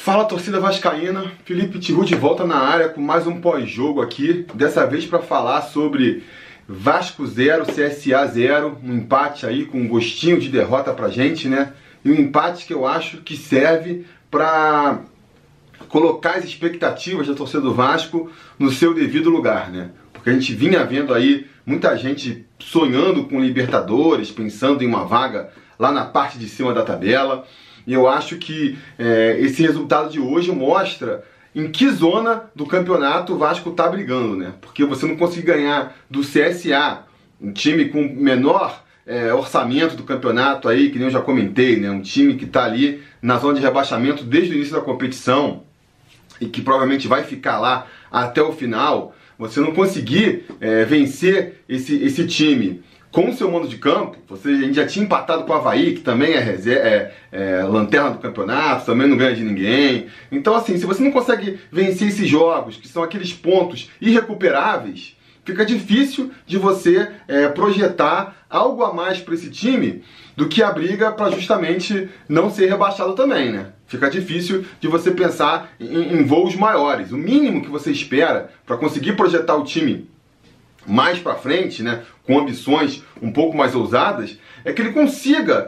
Fala, torcida vascaína, Felipe Tiru de volta na área com mais um pós-jogo aqui, dessa vez para falar sobre Vasco 0, CSA 0, um empate aí com um gostinho de derrota pra gente, né? E um empate que eu acho que serve para colocar as expectativas da torcida do Vasco no seu devido lugar, né? Porque a gente vinha vendo aí muita gente sonhando com Libertadores, pensando em uma vaga lá na parte de cima da tabela. E eu acho que esse resultado de hoje mostra em que zona do campeonato o Vasco está brigando, né? Porque você não conseguir ganhar do CSA, um time com menor orçamento do campeonato aí, que nem eu já comentei, né? Um time que está ali na zona de rebaixamento desde o início da competição e que provavelmente vai ficar lá até o final. Você não conseguir vencer esse time com o seu mando de campo, a gente já tinha empatado com o Avaí, que também é lanterna do campeonato, também não ganha de ninguém. Então assim, se você não consegue vencer esses jogos, que são aqueles pontos irrecuperáveis, fica difícil de você projetar algo a mais para esse time do que a briga para justamente não ser rebaixado também, né? Fica difícil de você pensar em voos maiores. O mínimo que você espera para conseguir projetar o time mais para frente, né, com ambições um pouco mais ousadas, é que ele consiga,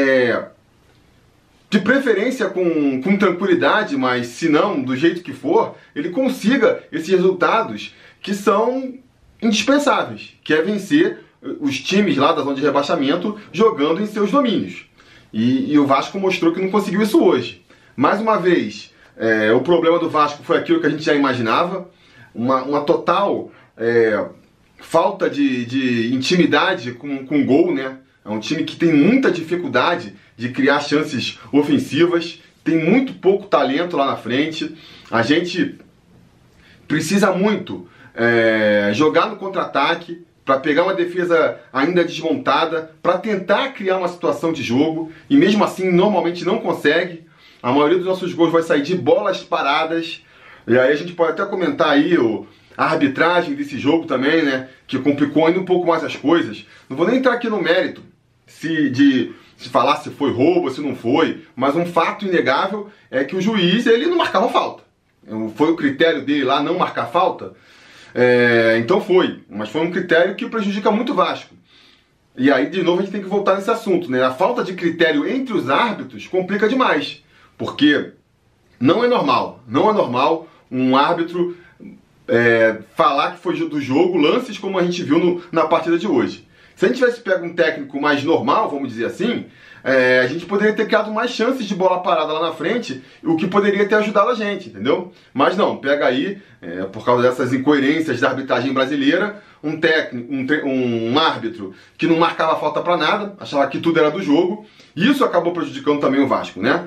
de preferência com tranquilidade, mas se não, do jeito que for, ele consiga esses resultados que são indispensáveis, que é vencer os times lá da zona de rebaixamento jogando em seus domínios. E o Vasco mostrou que não conseguiu isso hoje. Mais uma vez, o problema do Vasco foi aquilo que a gente já imaginava, uma total falta de intimidade com gol, né? É um time que tem muita dificuldade de criar chances ofensivas, tem muito pouco talento lá na frente. A gente precisa muito jogar no contra-ataque para pegar uma defesa ainda desmontada, para tentar criar uma situação de jogo, e mesmo assim normalmente não consegue. A maioria dos nossos gols vai sair de bolas paradas, e aí a gente pode até comentar aí a arbitragem desse jogo também, né, que complicou ainda um pouco mais as coisas. Não vou nem entrar aqui no mérito se falar se foi roubo ou se não foi, mas um fato inegável é que o juiz, ele não marcava falta. Foi o critério dele lá não marcar falta? Então foi, mas foi um critério que prejudica muito o Vasco. E aí, de novo, a gente tem que voltar nesse assunto, né? A falta de critério entre os árbitros complica demais, porque não é normal um árbitro falar que foi do jogo lances como a gente viu na partida de hoje. Se a gente tivesse pego um técnico mais normal, vamos dizer assim, a gente poderia ter criado mais chances de bola parada lá na frente, o que poderia ter ajudado a gente, entendeu? Mas não, pega aí, por causa dessas incoerências da arbitragem brasileira, um árbitro que não marcava falta pra nada, achava que tudo era do jogo, e isso acabou prejudicando também o Vasco, né?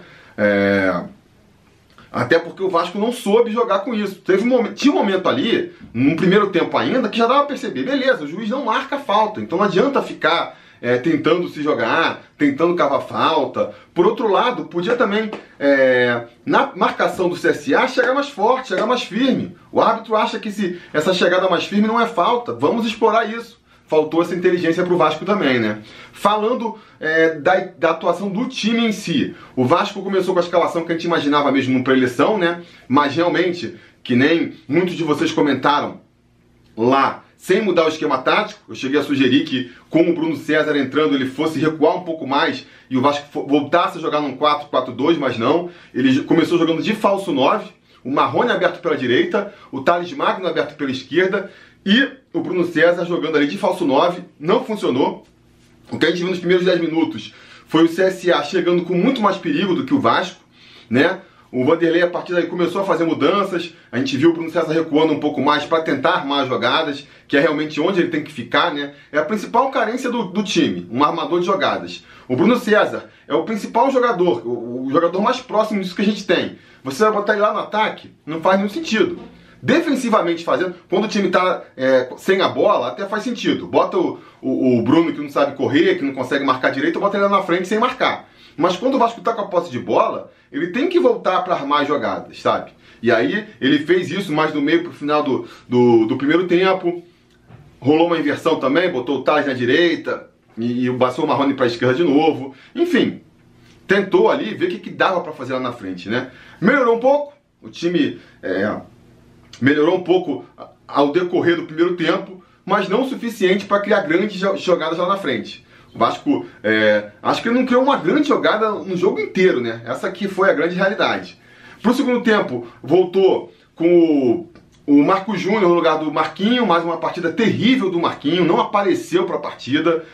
Até porque o Vasco não soube jogar com isso. Tinha um momento ali, no primeiro tempo ainda, que já dava pra perceber, beleza, o juiz não marca falta, então não adianta ficar tentando se jogar, tentando cavar falta. Por outro lado, podia também, na marcação do CSA, chegar mais forte, chegar mais firme. O árbitro acha que essa chegada mais firme não é falta, vamos explorar isso. Faltou essa inteligência para o Vasco também, né? Falando da atuação do time em si, o Vasco começou com a escalação que a gente imaginava mesmo no pré-eleição, né? Mas realmente, que nem muitos de vocês comentaram lá, sem mudar o esquema tático, eu cheguei a sugerir que com o Bruno César entrando ele fosse recuar um pouco mais e o Vasco voltasse a jogar num 4-4-2, mas não. Ele começou jogando de falso 9, o Marrone aberto pela direita, o Thales Magno aberto pela esquerda e o Bruno César jogando ali de falso 9, não funcionou. O que a gente viu nos primeiros 10 minutos foi o CSA chegando com muito mais perigo do que o Vasco, né? O Vanderlei, a partir daí, começou a fazer mudanças. A gente viu o Bruno César recuando um pouco mais para tentar armar as jogadas, que é realmente onde ele tem que ficar, né? É a principal carência do time, um armador de jogadas. O Bruno César é o principal jogador, o jogador mais próximo disso que a gente tem. Você vai botar ele lá no ataque? Não faz nenhum sentido. Defensivamente fazendo, quando o time está sem a bola, até faz sentido. Bota o Bruno que não sabe correr, que não consegue marcar direito, bota ele lá na frente sem marcar. Mas quando o Vasco está com a posse de bola, ele tem que voltar para armar as jogadas, sabe? E aí ele fez isso mais no meio para o final do primeiro tempo. Rolou uma inversão também, botou o Thales na direita e passou o Marrone para a esquerda de novo. Enfim, tentou ali ver o que dava para fazer lá na frente, né? Melhorou um pouco, o time melhorou um pouco ao decorrer do primeiro tempo, mas não o suficiente para criar grandes jogadas lá na frente. O Vasco, acho que ele não criou uma grande jogada no jogo inteiro, né? Essa aqui foi a grande realidade. Pro segundo tempo, voltou com o Marco Júnior no lugar do Marquinho, mais uma partida terrível do Marquinho, não apareceu para a partida.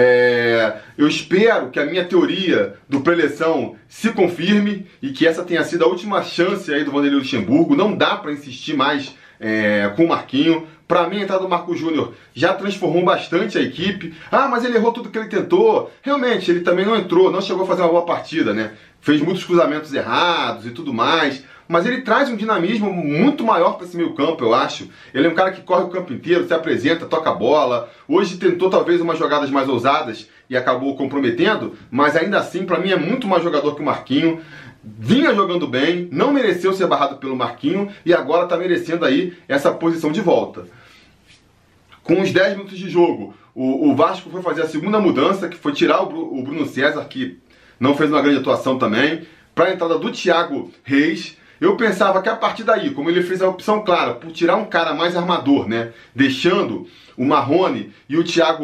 Eu espero que a minha teoria do pré-eleição se confirme e que essa tenha sido a última chance aí do Vanderlei Luxemburgo. Não dá para insistir mais com o Marquinho. Para mim, a entrada do Marco Júnior já transformou bastante a equipe. Ah, mas ele errou tudo que ele tentou. Realmente, ele também não entrou, não chegou a fazer uma boa partida, né? Fez muitos cruzamentos errados e tudo mais. Mas ele traz um dinamismo muito maior para esse meio campo, eu acho. Ele é um cara que corre o campo inteiro, se apresenta, toca a bola. Hoje tentou talvez umas jogadas mais ousadas e acabou comprometendo, mas ainda assim, para mim, é muito mais jogador que o Marquinho. Vinha jogando bem, não mereceu ser barrado pelo Marquinho e agora está merecendo aí essa posição de volta. Com os 10 minutos de jogo, o Vasco foi fazer a segunda mudança, que foi tirar o Bruno César, que não fez uma grande atuação também, para a entrada do Thiago Reis. Eu pensava que a partir daí, como ele fez a opção clara, por tirar um cara mais armador, né, deixando o Marrone e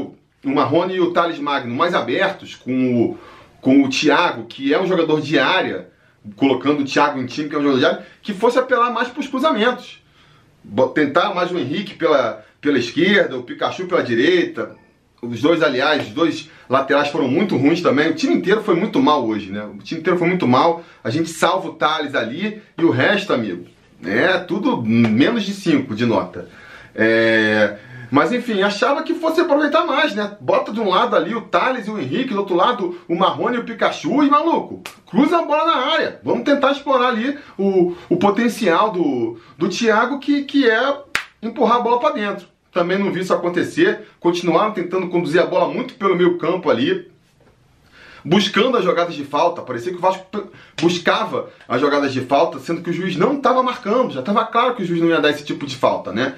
o Thales Magno mais abertos, com o Thiago, que é um jogador de área, colocando o Thiago em time, que é um jogador de área, que fosse apelar mais para os cruzamentos. Tentar mais o Henrique pela esquerda, o Pikachu pela direita. Os dois, aliás, os dois laterais foram muito ruins também. O time inteiro foi muito mal hoje, né? O time inteiro foi muito mal. A gente salva o Thales ali e o resto, amigo, tudo menos de 5 de nota. Mas enfim, achava que fosse aproveitar mais, né? Bota de um lado ali o Thales e o Henrique, do outro lado o Marrone e o Pikachu, e maluco, cruza a bola na área. Vamos tentar explorar ali o potencial do Thiago, que é empurrar a bola para dentro. Também não vi isso acontecer. Continuaram tentando conduzir a bola muito pelo meio campo ali, buscando as jogadas de falta. Parecia que o Vasco buscava as jogadas de falta, sendo que o juiz não estava marcando. Já estava claro que o juiz não ia dar esse tipo de falta, né?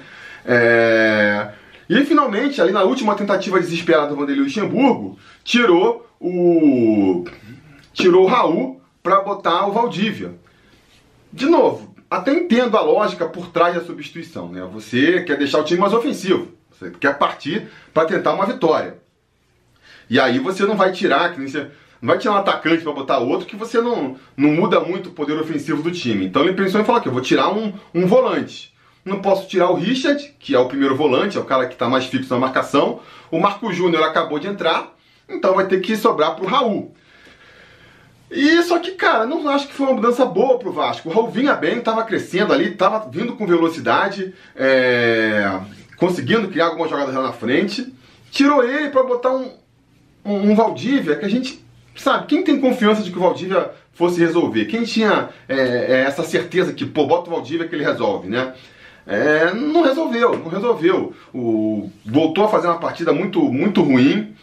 E finalmente, ali na última tentativa desesperada do Vanderlei Luxemburgo, tirou o Raul para botar o Valdívia. De novo, até entendo a lógica por trás da substituição, né? Você quer deixar o time mais ofensivo, você quer partir para tentar uma vitória. E aí você não vai tirar, não vai tirar um atacante para botar outro, que você não muda muito o poder ofensivo do time. Então ele pensou em falar que eu vou tirar um volante. Não posso tirar o Richard, que é o primeiro volante, é o cara que está mais fixo na marcação. O Marco Júnior acabou de entrar, então vai ter que sobrar para o Raul. E só que, cara, não acho que foi uma mudança boa pro Vasco. O Raul vinha bem, estava crescendo ali, estava vindo com velocidade, conseguindo criar algumas jogadas lá na frente. Tirou ele para botar um Valdívia, que a gente sabe, quem tem confiança de que o Valdívia fosse resolver? Quem tinha essa certeza que, pô, bota o Valdívia que ele resolve, né? Não resolveu. Voltou a fazer uma partida muito, muito ruim.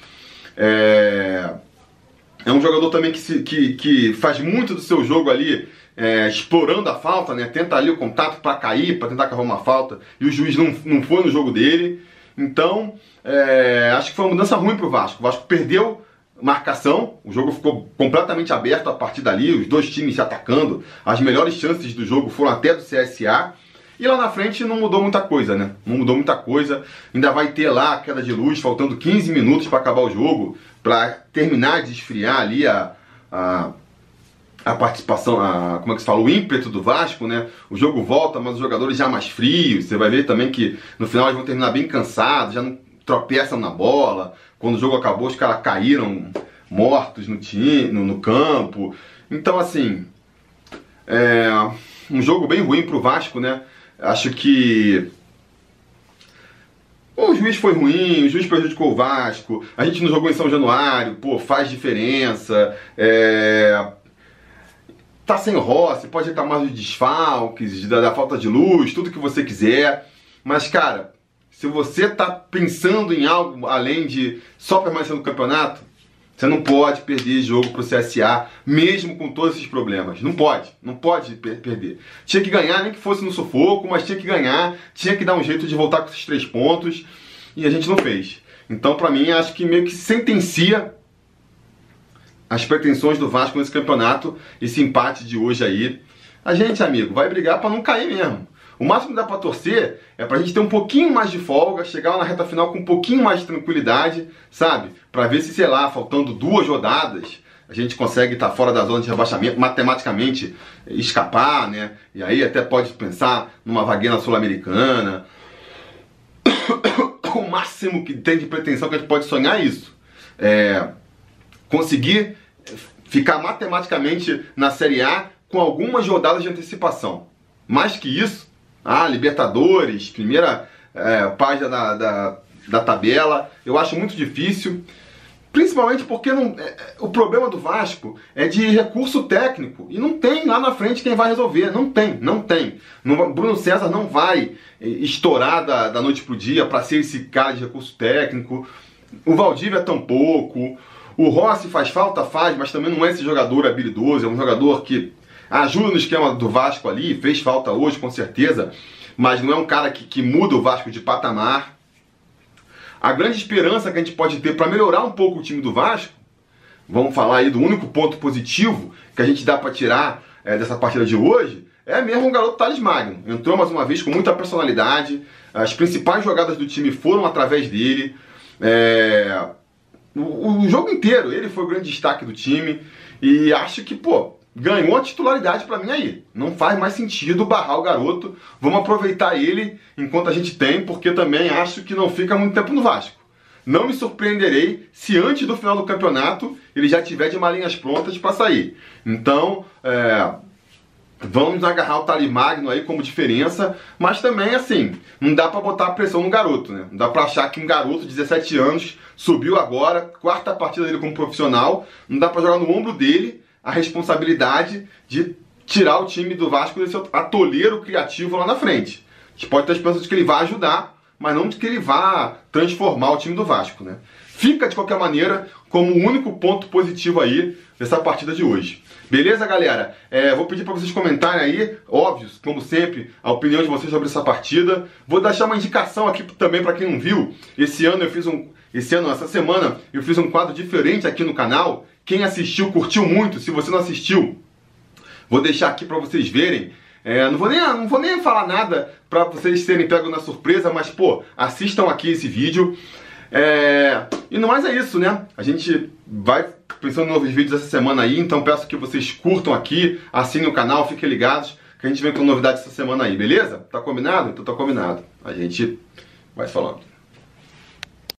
É um jogador também que faz muito do seu jogo ali, explorando a falta, né? Tenta ali o contato para cair, para tentar cavar uma falta, e o juiz não foi no jogo dele. Então, acho que foi uma mudança ruim para o Vasco. O Vasco perdeu marcação, o jogo ficou completamente aberto a partir dali, os dois times se atacando. As melhores chances do jogo foram até do CSA. E lá na frente não mudou muita coisa, né? Não mudou muita coisa. Ainda vai ter lá a queda de luz, faltando 15 minutos para acabar o jogo, para terminar de esfriar ali a participação, como é que se fala? O ímpeto do Vasco, né? O jogo volta, mas os jogadores já mais frios. Você vai ver também que no final eles vão terminar bem cansados, já não tropeçam na bola. Quando o jogo acabou, os caras caíram mortos no campo. Então, assim, um jogo bem ruim pro Vasco, né? Acho que o juiz foi ruim, o juiz prejudicou o Vasco, a gente não jogou em São Januário, pô, faz diferença, tá sem o Rossi, pode reclamar dos desfalques, da falta de luz, tudo que você quiser, mas cara, se você tá pensando em algo além de só permanecer no campeonato, você não pode perder jogo pro CSA, mesmo com todos esses problemas. Não pode perder. Tinha que ganhar, nem que fosse no sufoco, mas tinha que ganhar, tinha que dar um jeito de voltar com esses 3 pontos, e a gente não fez. Então, pra mim, acho que meio que sentencia as pretensões do Vasco nesse campeonato, esse empate de hoje aí. A gente, amigo, vai brigar para não cair mesmo. O máximo que dá para torcer é pra gente ter um pouquinho mais de folga, chegar lá na reta final com um pouquinho mais de tranquilidade, sabe? Pra ver se, sei lá, faltando 2 rodadas, a gente consegue estar fora da zona de rebaixamento, matematicamente escapar, né? E aí até pode pensar numa vaguinha na Sul-Americana. O máximo que tem de pretensão que a gente pode sonhar é isso. Conseguir ficar matematicamente na Série A com algumas rodadas de antecipação. Mais que isso, Libertadores, primeira página da tabela, eu acho muito difícil. Principalmente porque o problema do Vasco é de recurso técnico. E não tem lá na frente quem vai resolver. Não tem. Bruno César não vai estourar da noite pro dia para ser esse cara de recurso técnico. O Valdívia tampouco. O Rossi faz falta? Faz, mas também não é esse jogador habilidoso. É um jogador que ajuda no esquema do Vasco ali. Fez falta hoje, com certeza. Mas não é um cara que muda o Vasco de patamar. A grande esperança que a gente pode ter para melhorar um pouco o time do Vasco, vamos falar aí do único ponto positivo que a gente dá para tirar dessa partida de hoje, é mesmo o garoto Thales Magno. Entrou mais uma vez com muita personalidade, as principais jogadas do time foram através dele, o jogo inteiro ele foi o grande destaque do time e acho que, ganhou a titularidade pra mim aí. Não faz mais sentido barrar o garoto. Vamos aproveitar ele enquanto a gente tem, porque também acho que não fica muito tempo no Vasco. Não me surpreenderei se antes do final do campeonato ele já tiver de malinhas prontas para sair. Então, vamos agarrar o Thales Magno aí como diferença, mas também, assim, não dá pra botar pressão no garoto, né? Não dá pra achar que um garoto de 17 anos subiu agora, 4ª partida dele como profissional, não dá pra jogar no ombro dele a responsabilidade de tirar o time do Vasco desse atoleiro criativo lá na frente. A gente pode ter a esperança de que ele vai ajudar, mas não de que ele vá transformar o time do Vasco, né? Fica, de qualquer maneira, como o único ponto positivo aí dessa partida de hoje. Beleza, galera? Vou pedir para vocês comentarem aí, óbvio, como sempre, a opinião de vocês sobre essa partida. Vou deixar uma indicação aqui também para quem não viu. Essa semana eu fiz um quadro diferente aqui no canal. Quem assistiu, curtiu muito. Se você não assistiu, vou deixar aqui para vocês verem. Não vou nem falar nada para vocês serem pegos na surpresa, mas, assistam aqui esse vídeo. E no mais é isso, né? A gente vai pensando em novos vídeos essa semana aí, então peço que vocês curtam aqui, assinem o canal, fiquem ligados, que a gente vem com novidades essa semana aí, beleza? Tá combinado? Então tá combinado. A gente vai falando.